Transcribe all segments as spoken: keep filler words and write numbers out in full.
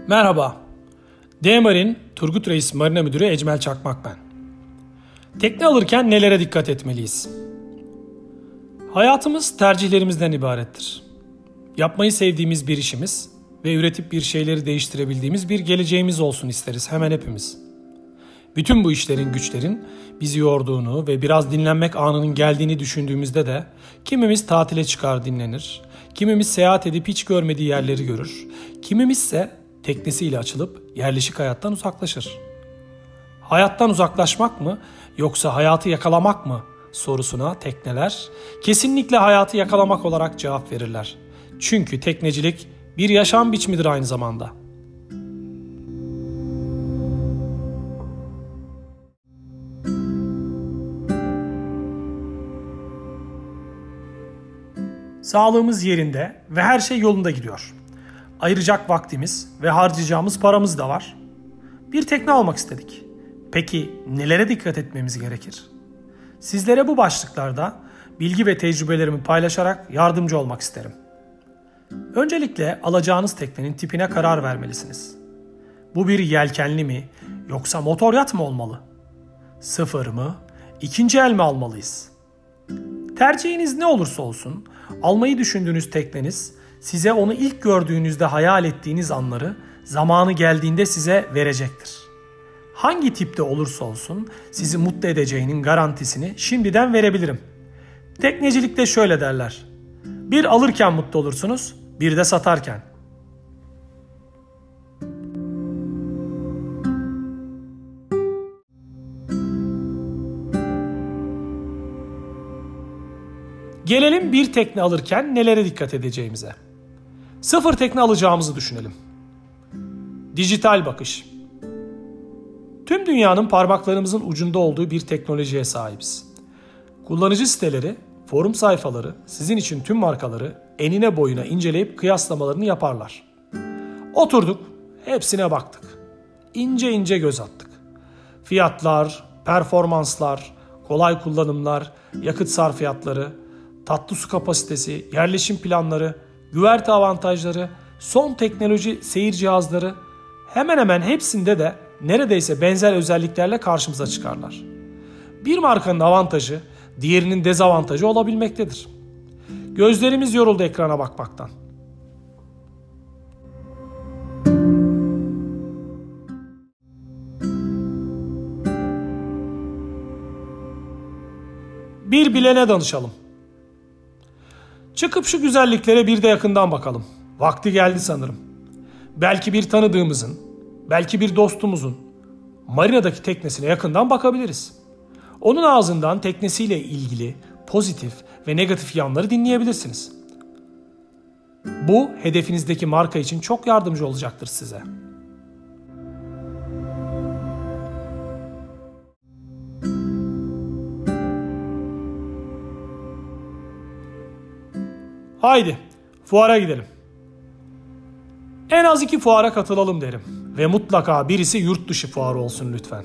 Merhaba, D-Marin Turgut Reis Marina Müdürü Ecmel Çakmak ben. Tekne alırken nelere dikkat etmeliyiz? Hayatımız tercihlerimizden ibarettir. Yapmayı sevdiğimiz bir işimiz ve üretip bir şeyleri değiştirebildiğimiz bir geleceğimiz olsun isteriz hemen hepimiz. Bütün bu işlerin, güçlerin bizi yorduğunu ve biraz dinlenmek anının geldiğini düşündüğümüzde de kimimiz tatile çıkar dinlenir, kimimiz seyahat edip hiç görmediği yerleri görür, kimimizse teknesiyle açılıp yerleşik hayattan uzaklaşır. Hayattan uzaklaşmak mı yoksa hayatı yakalamak mı sorusuna tekneler kesinlikle hayatı yakalamak olarak cevap verirler. Çünkü teknecilik bir yaşam biçimidir aynı zamanda. Sağlığımız yerinde ve her şey yolunda gidiyor. Ayıracak vaktimiz ve harcayacağımız paramız da var. Bir tekne almak istedik. Peki nelere dikkat etmemiz gerekir? Sizlere bu başlıklarda bilgi ve tecrübelerimi paylaşarak yardımcı olmak isterim. Öncelikle alacağınız teknenin tipine karar vermelisiniz. Bu bir yelkenli mi yoksa motor yat mı olmalı? Sıfır mı, ikinci el mi almalıyız? Tercihiniz ne olursa olsun, almayı düşündüğünüz tekneniz size onu ilk gördüğünüzde hayal ettiğiniz anları zamanı geldiğinde size verecektir. Hangi tipte olursa olsun sizi mutlu edeceğinin garantisini şimdiden verebilirim. Teknecilikte şöyle derler: bir alırken mutlu olursunuz, bir de satarken. Gelelim bir tekne alırken nelere dikkat edeceğimize. Sıfır tekne alacağımızı düşünelim. Dijital bakış. Tüm dünyanın parmaklarımızın ucunda olduğu bir teknolojiye sahibiz. Kullanıcı siteleri, forum sayfaları sizin için tüm markaları enine boyuna inceleyip kıyaslamalarını yaparlar. Oturduk, hepsine baktık. İnce ince göz attık. Fiyatlar, performanslar, kolay kullanımlar, yakıt sarfiyatları, tatlı su kapasitesi, yerleşim planları, güverte avantajları, son teknoloji seyir cihazları, hemen hemen hepsinde de neredeyse benzer özelliklerle karşımıza çıkarlar. Bir markanın avantajı diğerinin dezavantajı olabilmektedir. Gözlerimiz yoruldu ekrana bakmaktan. Bir bilene danışalım. Çıkıp şu güzelliklere bir de yakından bakalım. Vakti geldi sanırım. Belki bir tanıdığımızın, belki bir dostumuzun marinadaki teknesine yakından bakabiliriz. Onun ağzından teknesiyle ilgili pozitif ve negatif yanları dinleyebilirsiniz. Bu hedefinizdeki marka için çok yardımcı olacaktır size. Haydi, fuara gidelim. En az iki fuara katılalım derim. Ve mutlaka birisi yurt dışı fuarı olsun lütfen.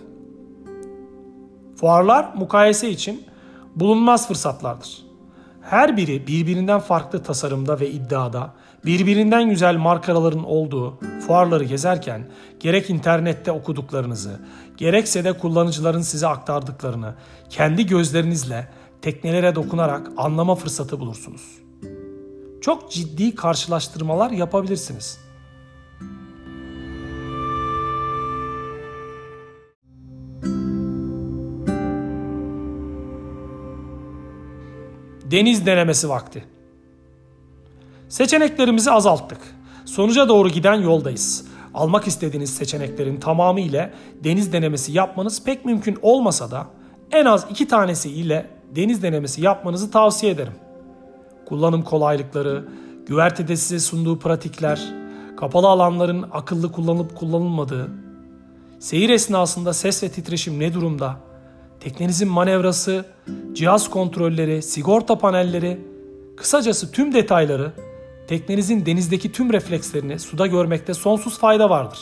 Fuarlar mukayese için bulunmaz fırsatlardır. Her biri birbirinden farklı tasarımda ve iddiada, birbirinden güzel markaların olduğu fuarları gezerken gerek internette okuduklarınızı, gerekse de kullanıcıların size aktardıklarını kendi gözlerinizle teknelere dokunarak anlama fırsatı bulursunuz. Çok ciddi karşılaştırmalar yapabilirsiniz. Deniz denemesi vakti. Seçeneklerimizi azalttık. Sonuca doğru giden yoldayız. Almak istediğiniz seçeneklerin tamamı ile deniz denemesi yapmanız pek mümkün olmasa da en az iki tanesi ile deniz denemesi yapmanızı tavsiye ederim. Kullanım kolaylıkları, güvertede size sunduğu pratikler, kapalı alanların akıllı kullanılıp kullanılmadığı, seyir esnasında ses ve titreşim ne durumda, teknenizin manevrası, cihaz kontrolleri, sigorta panelleri, kısacası tüm detayları, teknenizin denizdeki tüm reflekslerini suda görmekte sonsuz fayda vardır.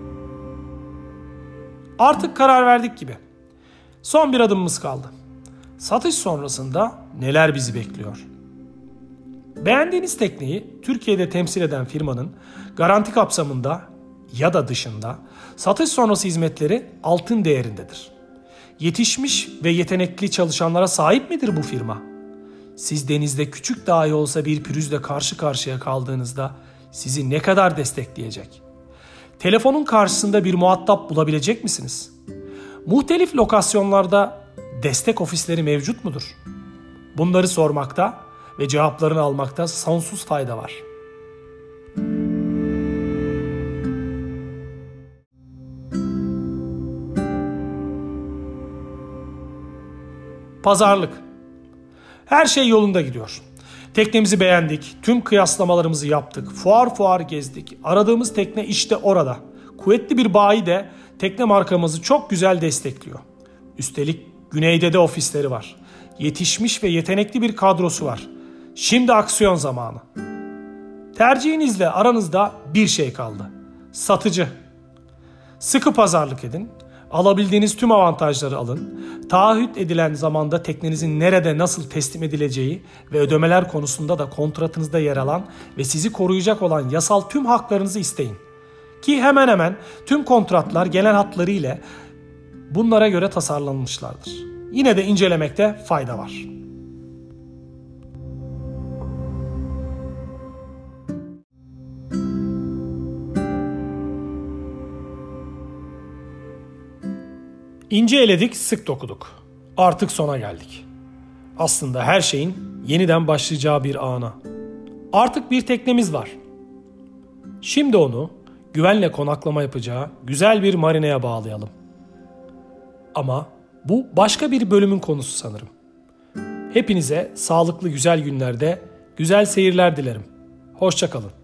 Artık karar verdik gibi. Son bir adımımız kaldı. Satış sonrasında neler bizi bekliyor? Beğendiğiniz tekneyi Türkiye'de temsil eden firmanın garanti kapsamında ya da dışında satış sonrası hizmetleri altın değerindedir. Yetişmiş ve yetenekli çalışanlara sahip midir bu firma? Siz denizde küçük dahi olsa bir pürüzle karşı karşıya kaldığınızda sizi ne kadar destekleyecek? Telefonun karşısında bir muhatap bulabilecek misiniz? Muhtelif lokasyonlarda destek ofisleri mevcut mudur? Bunları sormakta ve cevaplarını almakta sonsuz fayda var. Pazarlık. Her şey yolunda gidiyor. Teknemizi beğendik, tüm kıyaslamalarımızı yaptık, fuar fuar gezdik. Aradığımız tekne işte orada. Kuvvetli bir bayi de tekne markamızı çok güzel destekliyor. Üstelik güneyde de ofisleri var. Yetişmiş ve yetenekli bir kadrosu var. Şimdi aksiyon zamanı. Tercihinizle aranızda bir şey kaldı. Satıcı. Sıkı pazarlık edin. Alabildiğiniz tüm avantajları alın. Taahhüt edilen zamanda teknenizin nerede nasıl teslim edileceği ve ödemeler konusunda da kontratınızda yer alan ve sizi koruyacak olan yasal tüm haklarınızı isteyin. Ki hemen hemen tüm kontratlar genel hatları ile bunlara göre tasarlanmışlardır. Yine de incelemekte fayda var. İnce eledik, sık dokuduk. Artık sona geldik. Aslında her şeyin yeniden başlayacağı bir ana. Artık bir teknemiz var. Şimdi onu güvenle konaklama yapacağı güzel bir marineye bağlayalım. Ama bu başka bir bölümün konusu sanırım. Hepinize sağlıklı güzel günlerde güzel seyirler dilerim. Hoşça kalın.